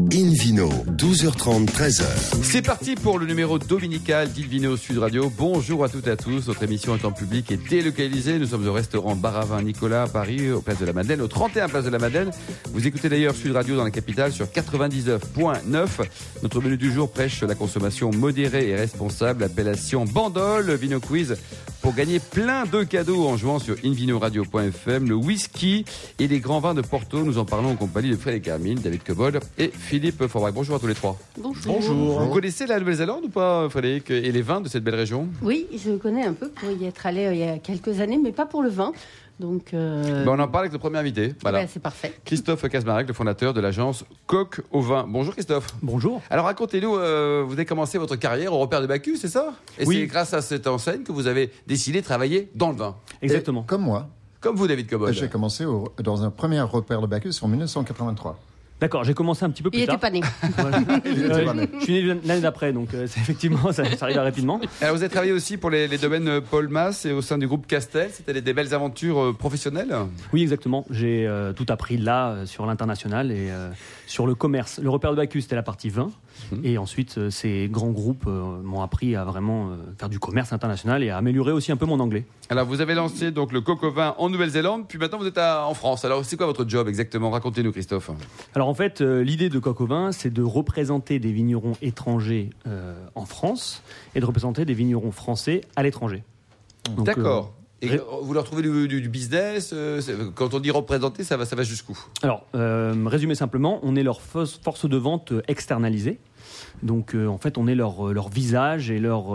Invino, 12h30, 13h. C'est parti pour le numéro dominical d'Invino Sud Radio. Bonjour à toutes et à tous. Notre émission est en public et délocalisée. Nous sommes au restaurant Bar à Vin Nicolas à Paris, au Place de la Madeleine, au 31 Place de la Madeleine. Vous écoutez d'ailleurs Sud Radio dans la capitale sur 99.9. Notre menu du jour prêche la consommation modérée et responsable. Appellation Bandol, Vino Quiz pour gagner plein de cadeaux en jouant sur invinoradio.fm. Le whisky et les grands vins de Porto. Nous en parlons en compagnie de Frédéric Hermine, David Cobol et Philippe Forbach. Bonjour à tous les trois. Bonjour. Vous connaissez la Nouvelle-Zélande ou pas, Frédéric, et les vins de cette belle région? Oui, je connais un peu pour y être allé il y a quelques années, mais pas pour le vin. Donc, on en parle avec le premier invité. Voilà. Ouais, c'est parfait. Christophe Casmarec, le fondateur de l'agence Coq au vin. Bonjour Christophe. Bonjour. Alors racontez-nous, vous avez commencé votre carrière au repère de Bacchus, c'est ça? Et oui. C'est grâce à cette enseigne que vous avez décidé de travailler dans le vin. Exactement. Et comme moi. Comme vous, David Cobol. J'ai commencé dans un premier repère de Bacchus en 1983. D'accord, j'ai commencé un petit peu plus tard. Il n'était pas né. Je suis né l'année d'après, donc effectivement, ça arrive rapidement. Alors vous avez travaillé aussi pour les domaines Paul Mas et au sein du groupe Castel. C'était des belles aventures professionnelles? Oui, exactement. J'ai tout appris là, sur l'international et sur le commerce. Le repère de Bacchus, c'était la partie vin. Et ensuite, ces grands groupes m'ont appris à vraiment faire du commerce international et à améliorer aussi un peu mon anglais. Alors vous avez lancé donc le Coq au vin en Nouvelle-Zélande, puis maintenant vous êtes en France. Alors c'est quoi votre job exactement? Racontez-nous Christophe. Alors en fait, l'idée de Coq au vin, c'est de représenter des vignerons étrangers en France et de représenter des vignerons français à l'étranger. Donc, d'accord. Et vous leur trouvez du business quand on dit représenter, ça va jusqu'où? Alors, résumé simplement, on est leur force de vente externalisée. Donc, en fait, on est leur visage et leur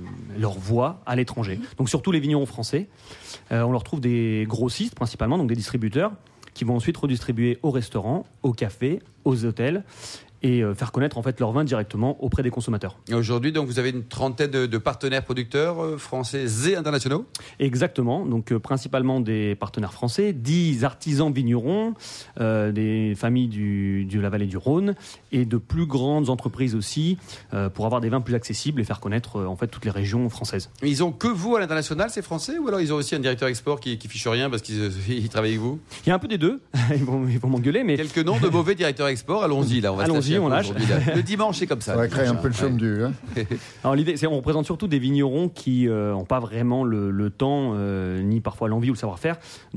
voix à l'étranger. Donc, surtout les vignerons français. On leur trouve des grossistes, principalement, donc des distributeurs, qui vont ensuite redistribuer aux restaurants, aux cafés, aux hôtels, et faire connaître en fait leur vin directement auprès des consommateurs. Et aujourd'hui, donc, vous avez une trentaine de partenaires producteurs français et internationaux? Exactement, donc principalement des partenaires français, 10 artisans vignerons, des familles de la vallée du Rhône et de plus grandes entreprises aussi pour avoir des vins plus accessibles et faire connaître en fait toutes les régions françaises. Mais ils ont que vous à l'international, ces Français, ou alors ils ont aussi un directeur export qui fiche rien parce qu'ils travaillent avec vous? Il y a un peu des deux, ils vont m'engueuler, mais... Quelques noms de mauvais directeurs export, allons-y là, on va allons-y, on lâche. Le dimanche, c'est comme ça. On va créer un peu le chaume du... Alors l'idée, c'est on représente surtout des vignerons qui n'ont pas vraiment le temps, ni parfois l'envie ou le savoir-faire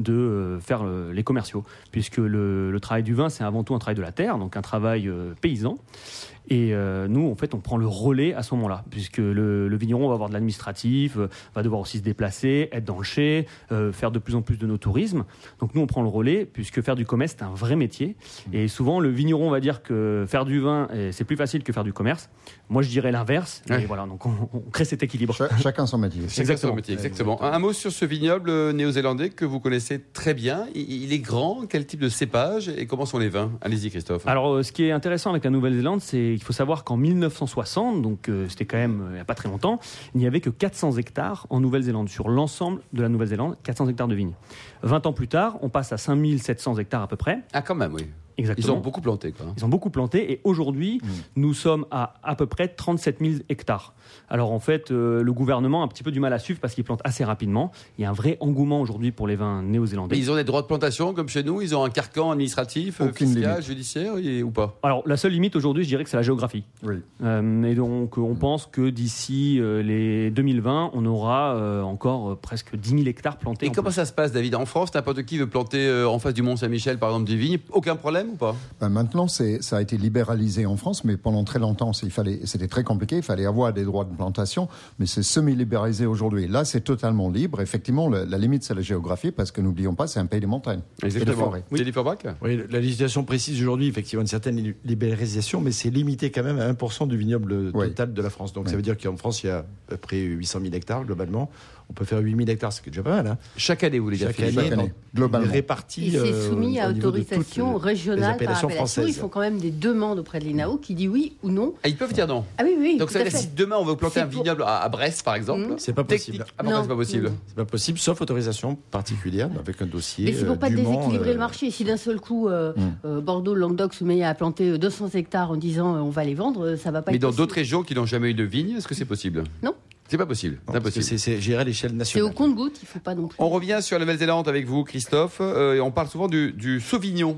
de faire les commerciaux. Puisque le travail du vin, c'est avant tout un travail de la terre, donc un travail paysan. Et nous, en fait, on prend le relais à ce moment-là, puisque le vigneron va avoir de l'administratif, va devoir aussi se déplacer, être dans le chai, faire de plus en plus de nos tourismes. Donc nous, on prend le relais, puisque faire du commerce, c'est un vrai métier. Et souvent, le vigneron va dire que faire du vin, c'est plus facile que faire du commerce. Moi, je dirais l'inverse. Ouais. Et voilà, donc on crée cet équilibre. Chacun son métier. Exactement. Un mot sur ce vignoble néo-zélandais que vous connaissez très bien. Il est grand. Quel type de cépage et comment sont les vins? Allez-y, Christophe. Alors, ce qui est intéressant avec la Nouvelle-Zélande, c'est qu'il faut savoir qu'en 1960, donc c'était quand même il n'y a pas très longtemps, il n'y avait que 400 hectares en Nouvelle-Zélande, sur l'ensemble de la Nouvelle-Zélande, 400 hectares de vignes. 20 ans plus tard, on passe à 5700 hectares à peu près. Ah, quand même, oui. Exactement. Ils ont beaucoup planté, quoi. Ils ont beaucoup planté et aujourd'hui, nous sommes à peu près 37 000 hectares. Alors en fait, le gouvernement a un petit peu du mal à suivre parce qu'ils plantent assez rapidement. Il y a un vrai engouement aujourd'hui pour les vins néo-zélandais. Mais ils ont des droits de plantation comme chez nous? Ils ont un carcan administratif, fiscal, judiciaire ou pas? Alors la seule limite aujourd'hui, je dirais que c'est la géographie. Oui. Et donc on pense que d'ici les 2020, on aura encore presque 10 000 hectares plantés. Et comment ça se passe, David? En France, n'importe qui veut planter en face du Mont-Saint-Michel, par exemple, des vignes. Aucun problème ou pas? Maintenant, ça a été libéralisé en France, mais pendant très longtemps, c'était très compliqué. Il fallait avoir des droits de plantation, mais c'est semi-libéralisé aujourd'hui. Là, c'est totalement libre. Effectivement, la limite, c'est la géographie, parce que n'oublions pas, c'est un pays de montagne et de forêt. Oui. Oui, la législation précise aujourd'hui effectivement une certaine libéralisation, mais c'est limité quand même à 1% du vignoble total de la France. Donc ça veut dire qu'en France, il y a à peu près 800 000 hectares globalement. On peut faire 8 000 hectares, c'est déjà pas mal. Hein. Chaque année, vous voulez dire? Chaque année, globalement. Répartis. Et c'est soumis à autorisation régionale par appellation. Françaises. Ils font quand même des demandes auprès de l'INAO qui dit oui ou non. Ah, ils peuvent dire non? Ah oui. Donc ça veut dire si demain on veut planter un vignoble à Brest, par exemple, c'est pas possible. Ah, pourquoi c'est pas possible? C'est pas possible, sauf autorisation particulière, avec un dossier. Mais c'est pour pas déséquilibrer le marché. Si d'un seul coup, Bordeaux, Languedoc se met à planter 200 hectares en disant on va les vendre, ça va pas être possible. Mais dans d'autres régions qui n'ont jamais eu de vigne, est-ce que c'est possible? Non. C'est pas possible. Non, c'est géré à l'échelle C'est nationale. au compte-gouttes, il ne faut pas non plus. On revient sur la Nouvelle-Zélande avec vous, Christophe. Et on parle souvent du Sauvignon.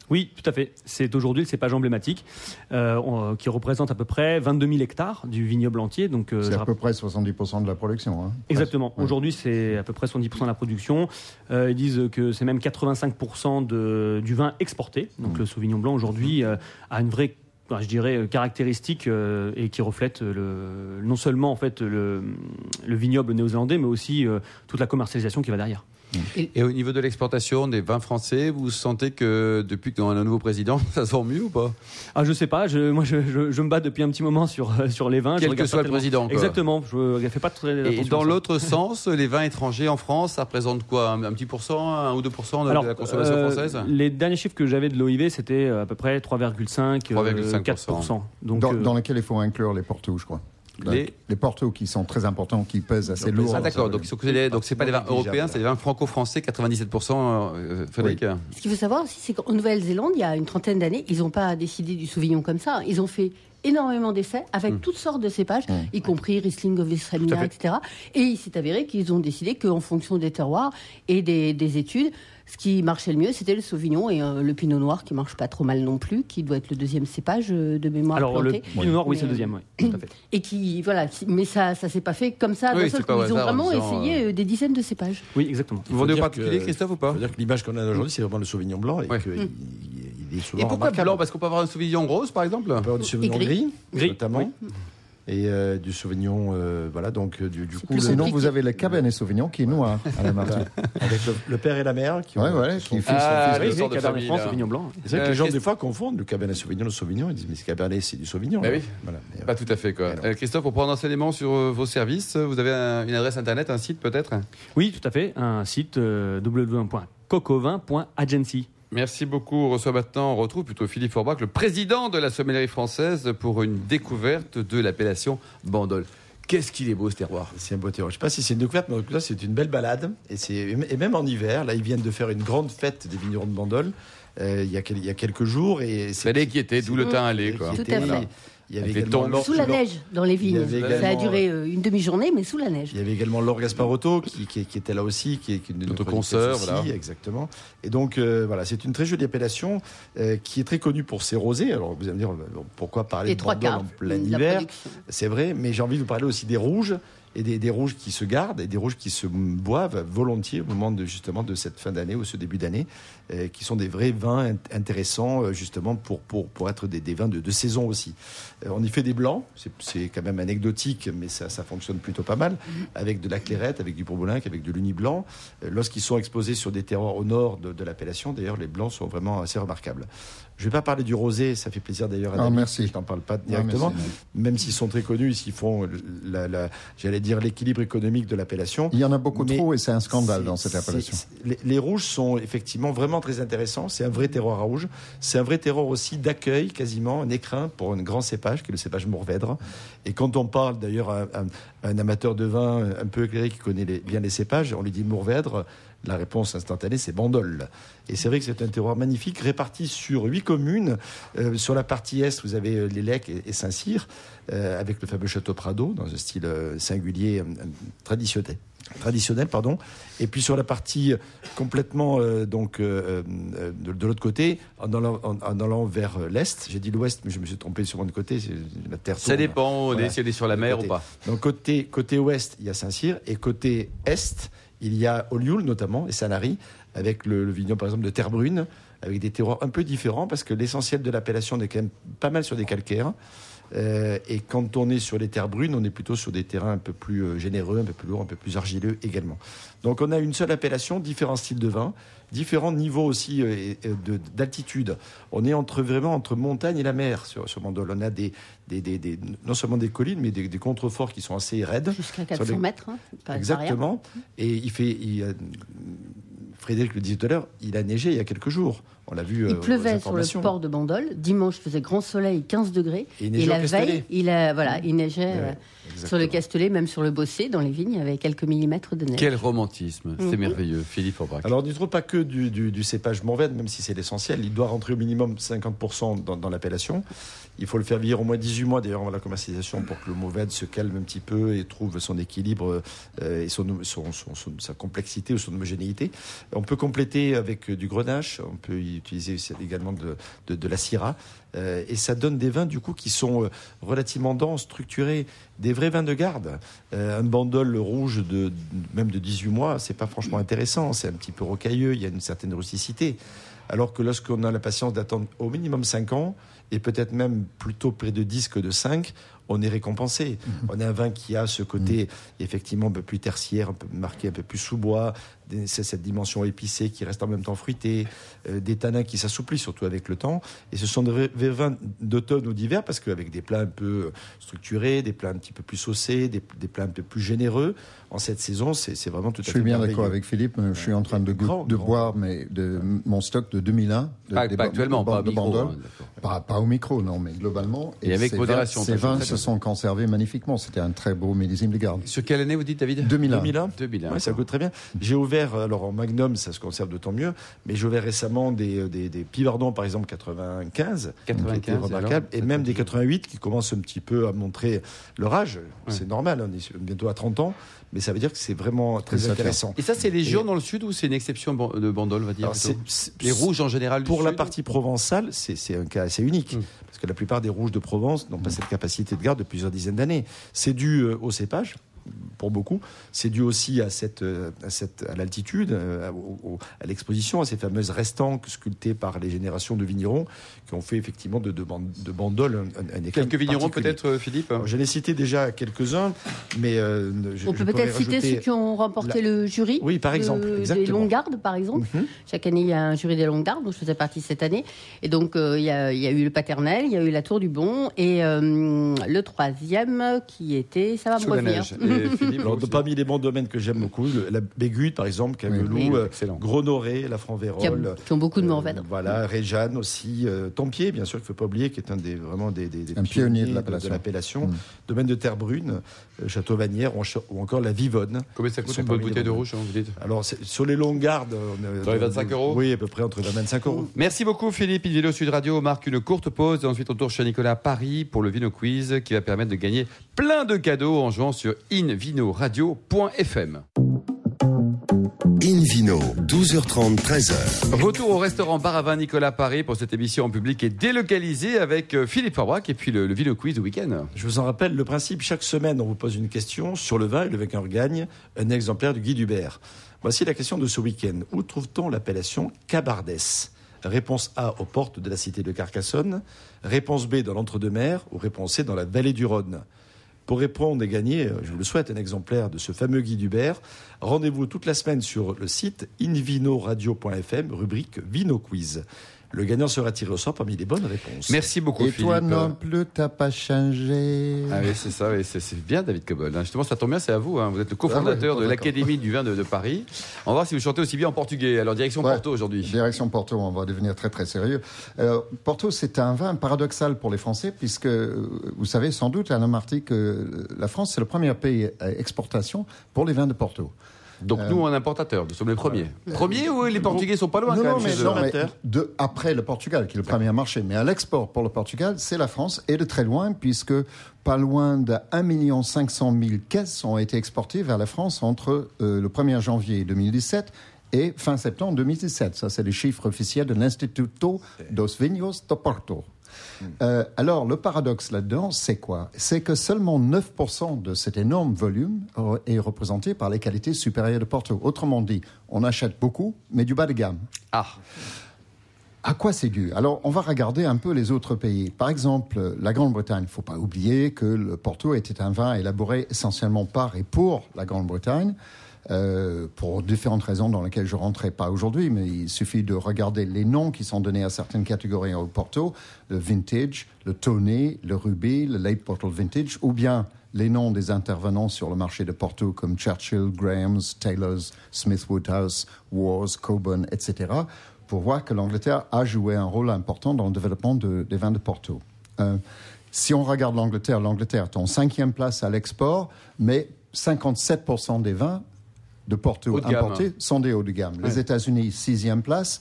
Oui, tout à fait. C'est aujourd'hui le cépage emblématique qui représente à peu près 22 000 hectares du vignoble entier. Donc, c'est à peu près 70% de la production. Hein. Exactement. Ouais. Aujourd'hui, c'est à peu près 70% de la production. Ils disent que c'est même 85% du vin exporté. Donc le Sauvignon blanc aujourd'hui a une vraie, je dirais, caractéristique et qui reflète non seulement en fait le vignoble néo-zélandais, mais aussi toute la commercialisation qui va derrière. Et au niveau de l'exportation des vins français, vous sentez que depuis qu'on a un nouveau président, ça se vend mieux ou pas ? Ah, je sais pas. Moi, je me bats depuis un petit moment sur les vins. Quel que soit le président. Quoi. Exactement. Je ne fais pas très attention. Et dans l'autre sens, les vins étrangers en France, ça représente quoi ? Un petit pourcent, 1 ou 2% de la consommation française ? Les derniers chiffres que j'avais de l'OIV, c'était à peu près 3,5, 4%. Donc, dans lesquels il faut inclure les Portos, je crois. Les Portos qui sont très importants, qui pèsent assez lourd. Ah d'accord, donc c'est pas des vins européens, c'est des vins franco-français, 97%, Frédéric. Oui. Ce qu'il faut savoir aussi, c'est qu'en Nouvelle-Zélande, il y a une trentaine d'années, ils n'ont pas décidé du Sauvignon comme ça. Ils ont fait énormément d'essais avec toutes sortes de cépages, y compris Riesling, Gewürztraminer, etc. Et il s'est avéré qu'ils ont décidé qu'en fonction des terroirs et des études, ce qui marchait le mieux, c'était le Sauvignon et le Pinot Noir, qui marche pas trop mal non plus, qui doit être le deuxième cépage de mémoire. Alors planté. le Pinot Noir, oui, c'est le deuxième, oui, tout à fait. Et qui, voilà, mais ça s'est pas fait comme ça. Oui, ils ont vraiment essayé des dizaines de cépages. Oui, exactement. Vous vendez au particulier, Christophe, ou pas ? Il faut dire que l'image qu'on a aujourd'hui, c'est vraiment le Sauvignon blanc et qu'il est souvent. Et pourquoi blanc ? Parce qu'on peut avoir un Sauvignon rose, par exemple ? On peut avoir du Sauvignon gris, notamment. Oui. Et du Sauvignon, voilà, donc du coup... Sinon, vous avez le Cabernet Sauvignon qui est noir à la Martinique. Avec le père et la mère qui qui fils de Cabernet famille, Franc, là. Sauvignon blanc. C'est vrai que les gens, des fois, confondent le Cabernet Sauvignon, le Sauvignon. Ils disent, mais ce Cabernet, c'est du Sauvignon. Mais oui, voilà. Pas tout à fait, quoi. Christophe, pour prendre un enseignement sur vos services, vous avez une adresse internet, un site peut-être ? Oui, tout à fait. Un site www.cocovin.agency. Merci beaucoup. On retrouve plutôt Philippe Forbach, le président de la sommellerie française, pour une découverte de l'appellation Bandol. Qu'est-ce qu'il est beau ce terroir. C'est un beau terroir. Je ne sais pas si c'est une découverte, mais en tout cas, c'est une belle balade. Et même en hiver, là, ils viennent de faire une grande fête des vignerons de Bandol il y a quelques jours. Et c'est fallait qui était, d'où le teint allait. Quoi. Tout à fait. Il y avait également sous la neige dans les vignes. Ça a duré une demi-journée, mais sous la neige. Il y avait également Laure Gasparotto qui était là aussi, qui est une de notre consoeur, voilà. Exactement. Et donc voilà, c'est une très jolie appellation qui est très connue pour ses rosés. Alors vous allez me dire pourquoi parler de Bandol en plein hiver ? C'est vrai, mais j'ai envie de vous parler aussi des rouges. Et des rouges qui se gardent et des rouges qui se boivent volontiers au moment justement de cette fin d'année ou ce début d'année, qui sont des vrais vins intéressants justement pour être des vins de saison aussi. On y fait des blancs, c'est quand même anecdotique, mais ça fonctionne plutôt pas mal, avec de la clairette, avec du Bourboulinc, avec de l'Uni blanc. Lorsqu'ils sont exposés sur des terroirs au nord de l'appellation, d'ailleurs, les blancs sont vraiment assez remarquables. Je ne vais pas parler du rosé, ça fait plaisir d'ailleurs à David. Merci. Je n'en parle pas directement, même s'ils sont très connus, ils font j'allais dire l'équilibre économique de l'appellation. Il y en a beaucoup trop et c'est un scandale dans cette appellation. Les rouges sont effectivement vraiment très intéressants. C'est un vrai terroir rouge. C'est un vrai terroir aussi d'accueil, quasiment, un écrin pour un grand cépage, qui est le cépage Mourvèdre. Et quand on parle d'ailleurs à un amateur de vin un peu éclairé qui connaît bien les cépages, on lui dit Mourvèdre. La réponse instantanée, c'est Bandol. Et c'est vrai que c'est un terroir magnifique, réparti sur 8 communes. Sur la partie est, vous avez Lélec et Saint-Cyr, avec le fameux château Prado, dans un style singulier, traditionnel. Et puis sur la partie complètement de l'autre côté, en allant vers l'est, j'ai dit l'ouest, mais je me suis trompé sur mon côté, c'est la terre tourne. Ça dépend, si elle est sur la mer ou pas. Donc côté ouest, il y a Saint-Cyr, et côté est, il y a Olioul notamment et Sanary, avec le vignoble par exemple de Terre Brune, avec des terroirs un peu différents parce que l'essentiel de l'appellation est quand même pas mal sur des calcaires. Et quand on est sur les terres brunes, on est plutôt sur des terrains un peu plus généreux, un peu plus lourds, un peu plus argileux également. Donc on a une seule appellation, différents styles de vin, différents niveaux aussi d'altitude. On est vraiment entre montagne et la mer sur Bandol. On a non seulement des collines, mais des contreforts qui sont assez raides. Jusqu'à 400 mètres. Exactement. Et Frédéric le disait tout à l'heure, il a neigé il y a quelques jours. On l'a vu. Il pleuvait sur le port de Bandol. Dimanche, il faisait grand soleil, 15 degrés. Et la veille, il neigeait. Sur le Castellet, même sur le Bossé, dans les vignes, il y avait quelques millimètres de neige. Quel romantisme, c'est merveilleux. Philippe Aubrac. Alors, on n'y trouve pas que du cépage Mourvèdre, même si c'est l'essentiel. Il doit rentrer au minimum 50% dans l'appellation. Il faut le faire vieillir au moins 18 mois, d'ailleurs, avant la commercialisation, pour que le Mourvèdre se calme un petit peu et trouve son équilibre et sa complexité ou son homogénéité. On peut compléter avec du grenache, on peut y utiliser également de la syrah. Et ça donne des vins, du coup, qui sont relativement denses, structurés, des vrais vins de garde. Un bandol rouge même de 18 mois, c'est pas franchement intéressant. C'est un petit peu rocailleux, il y a une certaine rusticité. Alors que lorsqu'on a la patience d'attendre au minimum 5 ans, et peut-être même plutôt près de 10 que de 5, on est récompensé. On a un vin qui a ce côté effectivement un peu plus tertiaire, un peu marqué, un peu plus sous-bois, c'est cette dimension épicée qui reste en même temps fruitée, des tanins qui s'assouplissent surtout avec le temps. Et ce sont des vins d'automne ou d'hiver, parce qu'avec des plats un peu structurés, des plats un petit peu plus saucés, des plats un peu plus généreux, en cette saison, c'est vraiment tout à fait. Je suis bien d'accord avec Philippe. Je suis en train de boire mon stock de 2001. Pas actuellement, pas au micro. Pas au micro, non, mais globalement. Et avec modération. Ces vins se sont conservés magnifiquement. C'était un très beau millésime de garde. Sur quelle année vous dites, David ? 2001. Oui, ça goûte très bien. J'ai ouvert, alors en Magnum, ça se conserve d'autant mieux, mais j'ai ouvert récemment des Pivardon, par exemple, 95 qui étaient remarquables, et même des 88 qui commencent un petit peu à montrer leur âge. C'est normal, on est bientôt à 30 ans. Mais ça veut dire que c'est vraiment très intéressant. Et ça, c'est légion dans le sud ou c'est une exception de Bandol, on va dire? Les rouges en général pour la partie provençale, c'est un cas assez unique. Parce que la plupart des rouges de Provence n'ont pas cette capacité de garde de plusieurs dizaines d'années. C'est dû au cépage, pour beaucoup. C'est dû aussi à l'altitude, à l'exposition, à ces fameuses restants sculptés par les générations de vignerons qui ont fait effectivement de Bandol un éclat. Quelques vignerons peut-être, Philippe? J'en ai cité déjà quelques-uns, mais on peut peut-être citer ceux qui ont remporté le jury. Oui, par exemple, des longues gardes, par exemple. Chaque année, il y a un jury des longues gardes, dont je faisais partie cette année. Et donc, il y a eu le Paternel, il y a eu la Tour du Bon, et le troisième qui était, ça va me revenir. Alors, parmi les bons domaines que j'aime beaucoup, la Bégude, par exemple, Camelou, Gros-Noré, la Franc-Vérole. Qui ont beaucoup de Mourvèdre. Voilà, Réjeanne aussi, Tempier, bien sûr, qu'il ne faut pas oublier, qui est un des pionniers de l'appellation. Domaine de Terre-Brune, Château-Vanière ou encore la Vivonne. Combien ça coûte une bonne bouteille de rouge, vous dites? Alors, sur les longues gardes... Dans les 25 €? Oui, à peu près entre 20 et 25 €. Merci beaucoup, Philippe. InVino Sud Radio marque une courte pause et ensuite on tourne chez Nicolas à Paris pour le Vino Quiz qui va permettre de gagner plein de cadeaux en jouant sur invinoradio.fm. InVino, 12h30, 13h. Retour au restaurant Bar à Vin Nicolas Paris pour cette émission en public et délocalisée avec Philippe Aubrac et puis le Vino Quiz du week-end. Je vous en rappelle le principe. Chaque semaine, on vous pose une question sur le vin et le vainqueur gagne un exemplaire du Guide Hubert. Voici la question de ce week-end. Où trouve-t-on l'appellation Cabardès? Réponse A, aux portes de la cité de Carcassonne. Réponse B, dans l'Entre-deux-Mers. Ou réponse C, dans la vallée du Rhône. Pour répondre et gagner, je vous le souhaite, un exemplaire de ce fameux Guide Hubert. Rendez-vous toute la semaine sur le site invinoradio.fm, rubrique Vino Quiz. Le gagnant sera tiré au sort parmi les bonnes réponses. Merci beaucoup, et Philippe. Et toi non plus, t'as pas changé. Ah oui, c'est ça, oui, c'est bien, David Cobol. Justement, ça tombe bien, c'est à vous. Vous êtes le cofondateur de l'Académie du vin de Paris. On va voir si vous chantez aussi bien en portugais. Alors, direction Porto aujourd'hui. Direction Porto, on va devenir très très sérieux. Porto, c'est un vin paradoxal pour les Français, puisque vous savez sans doute, Alain Marty, que la France, c'est le premier pays à exportation pour les vins de Porto. Donc nous, on est importateurs, nous sommes les premiers. Premiers ou les Portugais sont pas loin quand même? Après le Portugal, qui est le premier marché. Mais à l'export pour le Portugal, c'est la France, et de très loin, puisque pas loin de 1 500 000 caisses ont été exportées vers la France entre le 1er janvier 2017 et fin septembre 2017. Ça, c'est les chiffres officiels de l'Instituto dos Vinhos do Porto. Alors, le paradoxe là-dedans, c'est quoi? C'est que seulement 9% de cet énorme volume est représenté par les qualités supérieures de Porto. Autrement dit, on achète beaucoup, mais du bas de gamme. Ah. À quoi c'est dû? Alors, on va regarder un peu les autres pays. Par exemple, la Grande-Bretagne. Il ne faut pas oublier que le Porto était un vin élaboré essentiellement par et pour la Grande-Bretagne. Pour différentes raisons dans lesquelles je ne rentrerai pas aujourd'hui, mais il suffit de regarder les noms qui sont donnés à certaines catégories au Porto, le vintage, le Tawny, le Ruby, le late bottle vintage, ou bien les noms des intervenants sur le marché de Porto comme Churchill, Graham's, Taylor's, Smith Woodhouse, Wars, Coburn, etc., pour voir que l'Angleterre a joué un rôle important dans le développement des vins de Porto. Si on regarde l'Angleterre est en 5e place à l'export, mais 57% des vins de Porto importés sont des hauts de gamme. Les États-Unis, 6e place,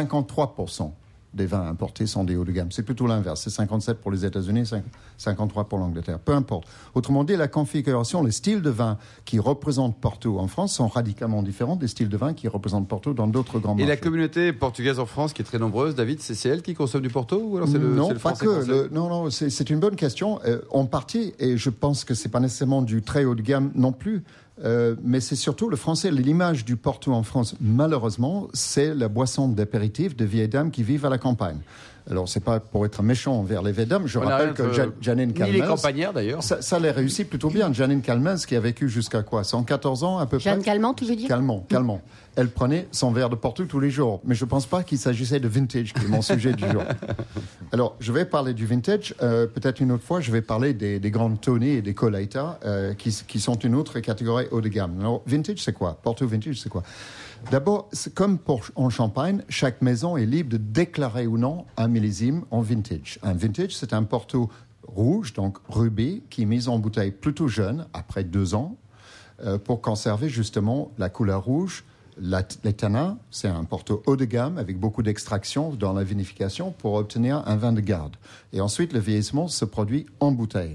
53% des vins importés sont des hauts de gamme. C'est plutôt l'inverse. C'est 57 pour les États-Unis, 53 pour l'Angleterre. Peu importe. Autrement dit, la configuration, les styles de vin qui représentent Porto en France sont radicalement différents des styles de vin qui représentent Porto dans d'autres grands marchés. Et la communauté portugaise en France, qui est très nombreuse, David, c'est elle qui consomme du Porto ou alors c'est le Non, pas français que. Non, c'est une bonne question. En partie, et je pense que c'est pas nécessairement du très haut de gamme non plus. Mais c'est surtout le français. L'image du Porto en France, malheureusement, c'est la boisson d'apéritif de vieilles dames qui vivent à la campagne. Alors, c'est pas pour être méchant envers les vieilles dames. Je rappelle que Janine Calmens... Ni les campagnards, d'ailleurs. Ça l'a réussi plutôt bien. Janine Calmens, qui a vécu jusqu'à quoi 114 ans, à peu près. Jeanne Calment, tu veux dire Calment. Elle prenait son verre de Porto tous les jours. Mais je ne pense pas qu'il s'agissait de vintage, qui est mon sujet du jour. Alors, je vais parler du vintage. Peut-être une autre fois, je vais parler des grandes Tony et des Colheita, qui sont une autre catégorie haut de gamme. Alors, vintage, c'est quoi? Porto vintage, c'est quoi? D'abord, comme en Champagne, chaque maison est libre de déclarer ou non un millésime en vintage. Un vintage, c'est un Porto rouge, donc rubis, qui est mis en bouteille plutôt jeune, après 2 ans, pour conserver justement la couleur rouge. Les tanins, c'est un Porto haut de gamme avec beaucoup d'extraction dans la vinification pour obtenir un vin de garde. Et ensuite, le vieillissement se produit en bouteille.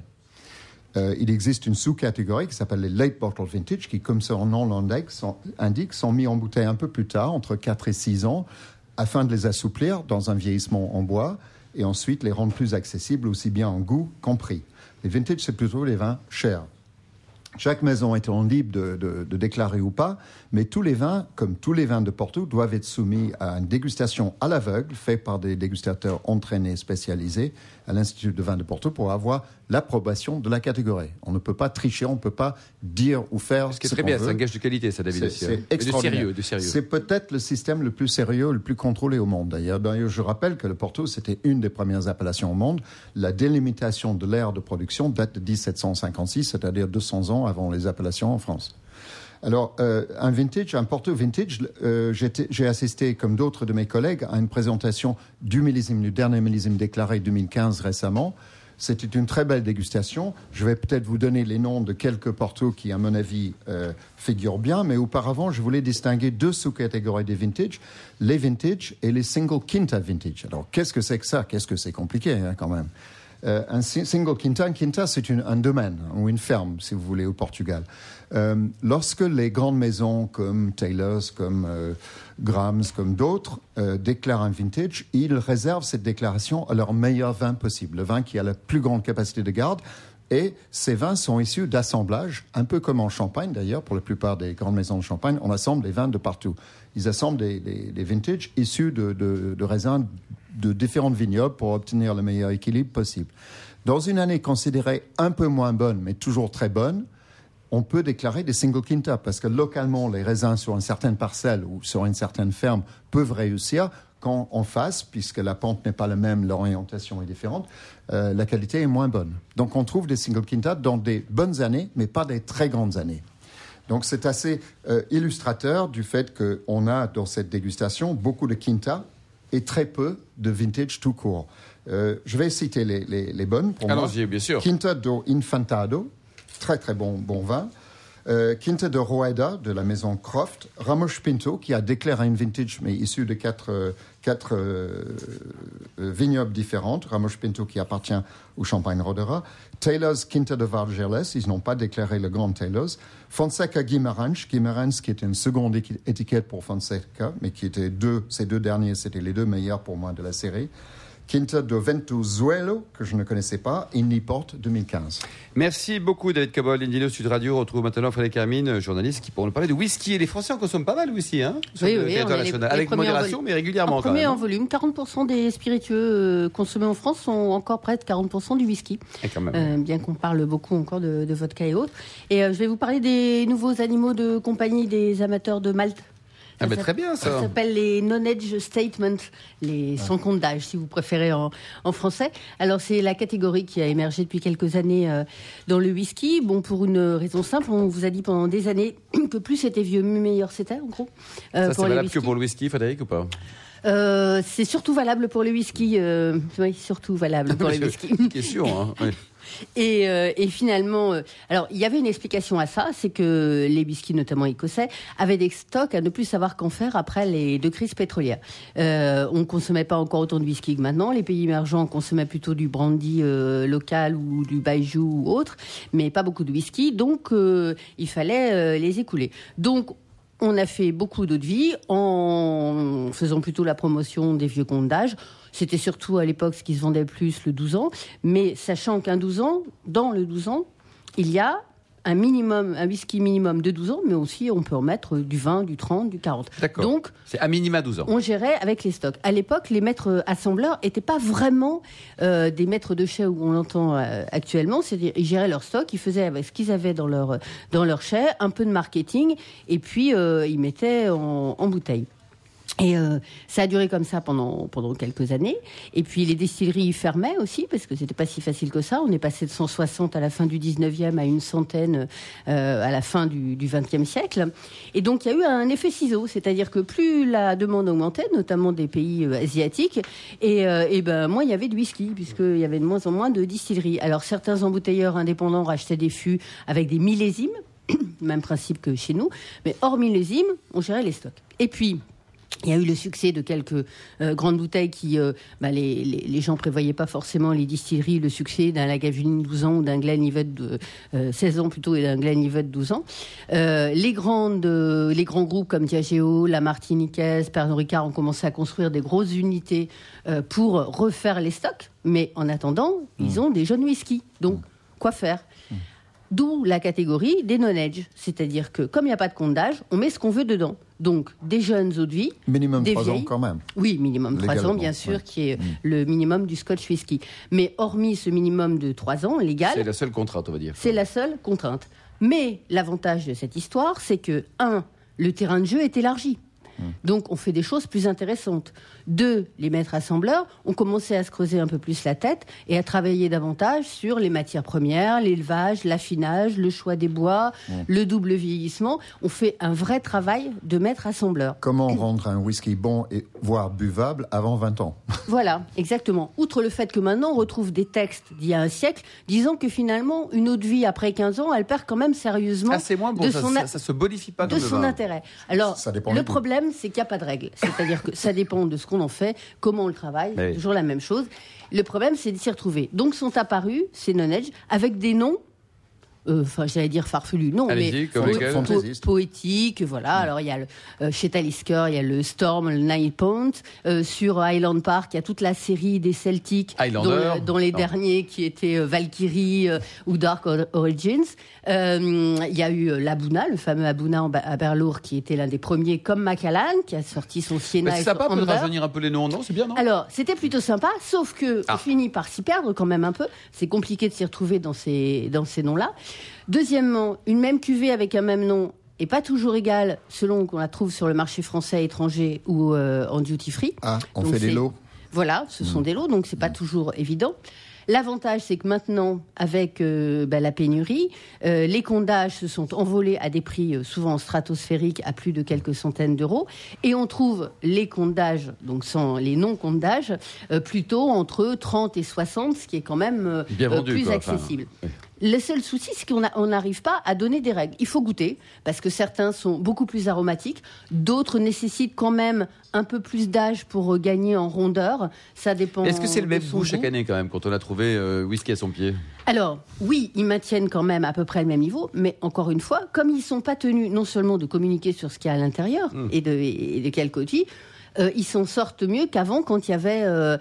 Il existe une sous-catégorie qui s'appelle les late bottle vintage qui, comme son nom l'indique, sont mis en bouteille un peu plus tard, entre 4 et 6 ans, afin de les assouplir dans un vieillissement en bois et ensuite les rendre plus accessibles aussi bien en goût qu'en prix. Les vintage, c'est plutôt les vins chers. Chaque maison étant libre de déclarer ou pas, mais tous les vins, comme tous les vins de Porto, doivent être soumis à une dégustation à l'aveugle, faite par des dégustateurs entraînés spécialisés à l'Institut de vin de Porto pour avoir l'approbation de la catégorie. On ne peut pas tricher, on ne peut pas dire ou faire ce qu'on veut. Ce qui est très bien, c'est un gage de qualité, ça, David. C'est extraordinaire. De sérieux. C'est peut-être le système le plus sérieux, le plus contrôlé au monde. D'ailleurs, je rappelle que le Porto, c'était une des premières appellations au monde. La délimitation de l'ère de production date de 1756, c'est-à-dire 200 ans avant les appellations en France. Alors, un Porto vintage, j'ai assisté, comme d'autres de mes collègues, à une présentation du dernier millésime déclaré 2015 récemment. C'était une très belle dégustation. Je vais peut-être vous donner les noms de quelques Portos qui, à mon avis, figurent bien. Mais auparavant, je voulais distinguer 2 sous-catégories des vintage, les vintage et les single quinta vintage. Alors, qu'est-ce que c'est que ça? Qu'est-ce que c'est compliqué, quand même. Un single quinta, c'est un domaine ou une ferme, si vous voulez, au Portugal. Lorsque les grandes maisons comme Taylor's, comme Grahams, comme d'autres déclarent un vintage, ils réservent cette déclaration à leur meilleur vin possible, le vin qui a la plus grande capacité de garde. Et ces vins sont issus d'assemblages, un peu comme en Champagne d'ailleurs, pour la plupart des grandes maisons de Champagne, on assemble les vins de partout. Ils assemblent des vintages issus de raisins de différentes vignobles pour obtenir le meilleur équilibre possible. Dans une année considérée un peu moins bonne, mais toujours très bonne, on peut déclarer des single quinta, parce que localement, les raisins sur une certaine parcelle ou sur une certaine ferme peuvent réussir. Quand en face, puisque la pente n'est pas la même, l'orientation est différente, la qualité est moins bonne. Donc on trouve des single quinta dans des bonnes années, mais pas des très grandes années. Donc c'est assez illustrateur du fait qu'on a dans cette dégustation beaucoup de quinta et très peu de vintage tout court. Je vais citer les bonnes pour moi. Allons-y, bien sûr. Quinta do Infantado, très très bon vin. Quinta de Rueda, de la maison Croft. Ramos Pinto, qui a déclaré une vintage, mais issu de 4 vignobles différentes. Ramos Pinto, qui appartient au Champagne Rodera. Taylor's Quinta de Vargeles, ils n'ont pas déclaré le Grand Taylor's. Fonseca Guimarães, qui est une seconde étiquette pour Fonseca, mais qui était ces 2 derniers, c'était les 2 meilleurs pour moi de la série. Quinta de Ventuzuelo, que je ne connaissais pas, Inniport 2015. Merci beaucoup David Cabol, Indino Sud Radio. On retrouve maintenant Frédéric Hermine, journaliste, qui pourra nous parler de whisky. Et les Français en consomment pas mal de whisky, hein, oui, avec modération, mais régulièrement quand même. En volume, 40% des spiritueux consommés en France sont encore près de 40% du whisky. Et quand même. Bien qu'on parle beaucoup encore de vodka et autres. Et je vais vous parler des nouveaux animaux de compagnie des amateurs de Malte. Très bien, ça. Ça s'appelle les non-age statements, les sans compte d'âge, si vous préférez en français. Alors, c'est la catégorie qui a émergé depuis quelques années dans le whisky. Bon, pour une raison simple, on vous a dit pendant des années que plus c'était vieux, meilleur c'était, en gros. Ça, c'est valable que pour le whisky, Frédéric, ou pas? C'est surtout valable pour le whisky. Oui, surtout valable pour le whisky. Question, hein. Oui. Et finalement, alors il y avait une explication à ça, c'est que les whiskies, notamment écossais, avaient des stocks à ne plus savoir qu'en faire après les deux crises pétrolières. On ne consommait pas encore autant de whisky que maintenant. Les pays émergents consommaient plutôt du brandy local ou du baijiu ou autre, mais pas beaucoup de whisky. Donc il fallait les écouler. Donc on a fait beaucoup d'eau de vie en faisant plutôt la promotion des vieux comptes d'âge. C'était surtout à l'époque ce qui se vendait le plus, le 12 ans. Mais sachant qu'un 12 ans, dans le 12 ans, il y a un whisky minimum de 12 ans, mais aussi on peut en mettre du 20, du 30, du 40. D'accord. Donc, c'est à minima 12 ans. On gérait avec les stocks. À l'époque, les maîtres assembleurs n'étaient pas vraiment des maîtres de chai où on l'entend actuellement. C'est-à-dire, ils géraient leur stock, ils faisaient avec ce qu'ils avaient dans leur chai, un peu de marketing, et puis ils mettaient en bouteille. Et ça a duré comme ça pendant quelques années. Et puis les distilleries fermaient aussi, parce que c'était pas si facile que ça. On est passé de 160 à la fin du 19e à une centaine à la fin du 20e siècle. Et donc il y a eu un effet ciseau, c'est-à-dire que plus la demande augmentait, notamment des pays asiatiques, et ben moins il y avait de whisky, puisqu'il y avait de moins en moins de distilleries. Alors certains embouteilleurs indépendants rachetaient des fûts avec des millésimes, même principe que chez nous, mais hors millésime, on gérait les stocks. Et puis il y a eu le succès de quelques grandes bouteilles qui, les gens prévoyaient pas forcément, les distilleries, le succès d'un Lagavulin 12 ans ou d'un Glenlivet de 16 ans plutôt et d'un Glenlivet de 12 ans. Les grands groupes comme Diageo, La Martiniquaise, Pernod Ricard ont commencé à construire des grosses unités pour refaire les stocks. Mais en attendant, ils ont des jeunes whisky. Donc, quoi faire ? D'où la catégorie des non-age. C'est-à-dire que, comme il n'y a pas de compte d'âge, on met ce qu'on veut dedans. Donc, des jeunes eaux de vie. Minimum des 3 vieilles. Ans quand même. Oui, minimum 3 ans, bien sûr, qui est le minimum du Scotch whisky. Mais hormis ce minimum de 3 ans légal. C'est la seule contrainte, on va dire. C'est la seule contrainte. Mais l'avantage de cette histoire, c'est que, 1, le terrain de jeu est élargi. Donc, on fait des choses plus intéressantes. 2, les maîtres assembleurs ont commencé à se creuser un peu plus la tête et à travailler davantage sur les matières premières, l'élevage, l'affinage, le choix des bois, le double vieillissement. On fait un vrai travail de maître assembleur. Comment rendre un whisky bon et voire buvable avant 20 ans ? Voilà, exactement. Outre le fait que maintenant, on retrouve des textes d'il y a un siècle disant que finalement, une eau de vie après 15 ans, elle perd quand même sérieusement c'est moins bon, de ça se bonifie pas de son intérêt. Alors, le problème, c'est qu'il n'y a pas de règle. C'est-à-dire que ça dépend de ce qu'on en fait, comment on le travaille, c'est toujours la même chose. Le problème, c'est de s'y retrouver. Donc sont apparus ces non-age avec des noms, j'allais dire farfelus, non, allez-y, mais poétiques, voilà. Alors il y a chez Talisker, il y a le Storm, le Nine Point. Sur Highland Park, il y a toute la série des Celtics, dont les derniers qui étaient Valkyrie ou Dark Origins. Il y a eu l'Abuna, le fameux Abuna à Berlour, qui était l'un des premiers, comme Macallan, qui a sorti son Siena. C'est sympa de rajeunir un peu les noms, non ? C'est bien, non ? Alors, c'était plutôt sympa, sauf que on finit par s'y perdre quand même un peu. C'est compliqué de s'y retrouver dans ces noms-là. Deuxièmement, une même cuvée avec un même nom n'est pas toujours égale selon qu'on la trouve sur le marché français, étranger ou en duty free. On fait des lots. Voilà, ce sont des lots, donc c'est pas toujours évident. L'avantage, c'est que maintenant, avec la pénurie, les comptes d'âge se sont envolés à des prix souvent stratosphériques, à plus de quelques centaines d'euros, et on trouve les comptes d'âge, donc sans les non-comptes d'âge, plutôt entre 30 et 60, ce qui est quand même plus accessible. Le seul souci, c'est qu'on n'arrive pas à donner des règles. Il faut goûter, parce que certains sont beaucoup plus aromatiques, d'autres nécessitent quand même un peu plus d'âge pour gagner en rondeur. Ça dépend. Est-ce que c'est le même goût chaque année quand même, quand on a trouvé whisky à son pied ? Alors, oui, ils maintiennent quand même à peu près le même niveau, mais encore une fois, comme ils ne sont pas tenus non seulement de communiquer sur ce qu'il y a à l'intérieur et de quel côté, ils s'en sortent mieux qu'avant, quand il y avait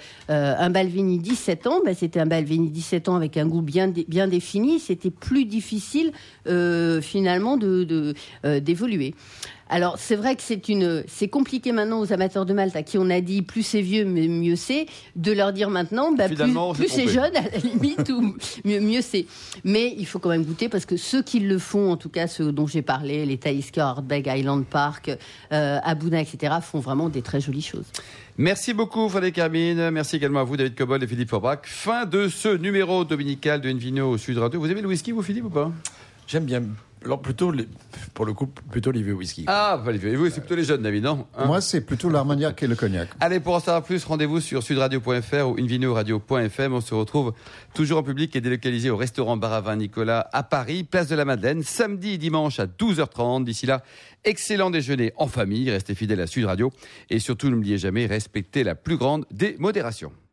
un Balvenie 17 ans. C'était un Balvenie 17 ans avec un goût bien défini. C'était plus difficile, finalement, d'évoluer. Alors, c'est vrai que c'est compliqué maintenant aux amateurs de Malte, à qui on a dit plus c'est vieux, mieux c'est, de leur dire maintenant, plus c'est jeune, à la limite, ou mieux c'est. Mais il faut quand même goûter, parce que ceux qui le font, en tout cas ceux dont j'ai parlé, les Talisker, Ardbeg, Highland Park, Abuna, etc., font vraiment des très jolies choses. Merci beaucoup Frédéric Hermine, merci également à vous David Cobol et Philippe Forbach. Fin de ce numéro dominical de Invino au Sud Radio. Vous aimez le whisky vous Philippe ou pas ? J'aime bien. Alors plutôt, pour le coup, plutôt les vieux whisky. Ah, pas les vieux. Et vous, c'est plutôt les jeunes, David, non Moi, c'est plutôt l'Armagnac et le cognac. Allez, pour en savoir plus, rendez-vous sur sudradio.fr ou invinoradio.fm. On se retrouve toujours en public et délocalisé au restaurant Bar à Vin Nicolas à Paris, place de la Madeleine, samedi et dimanche à 12h30. D'ici là, excellent déjeuner en famille. Restez fidèles à Sud Radio et surtout, n'oubliez jamais, respectez la plus grande des modérations.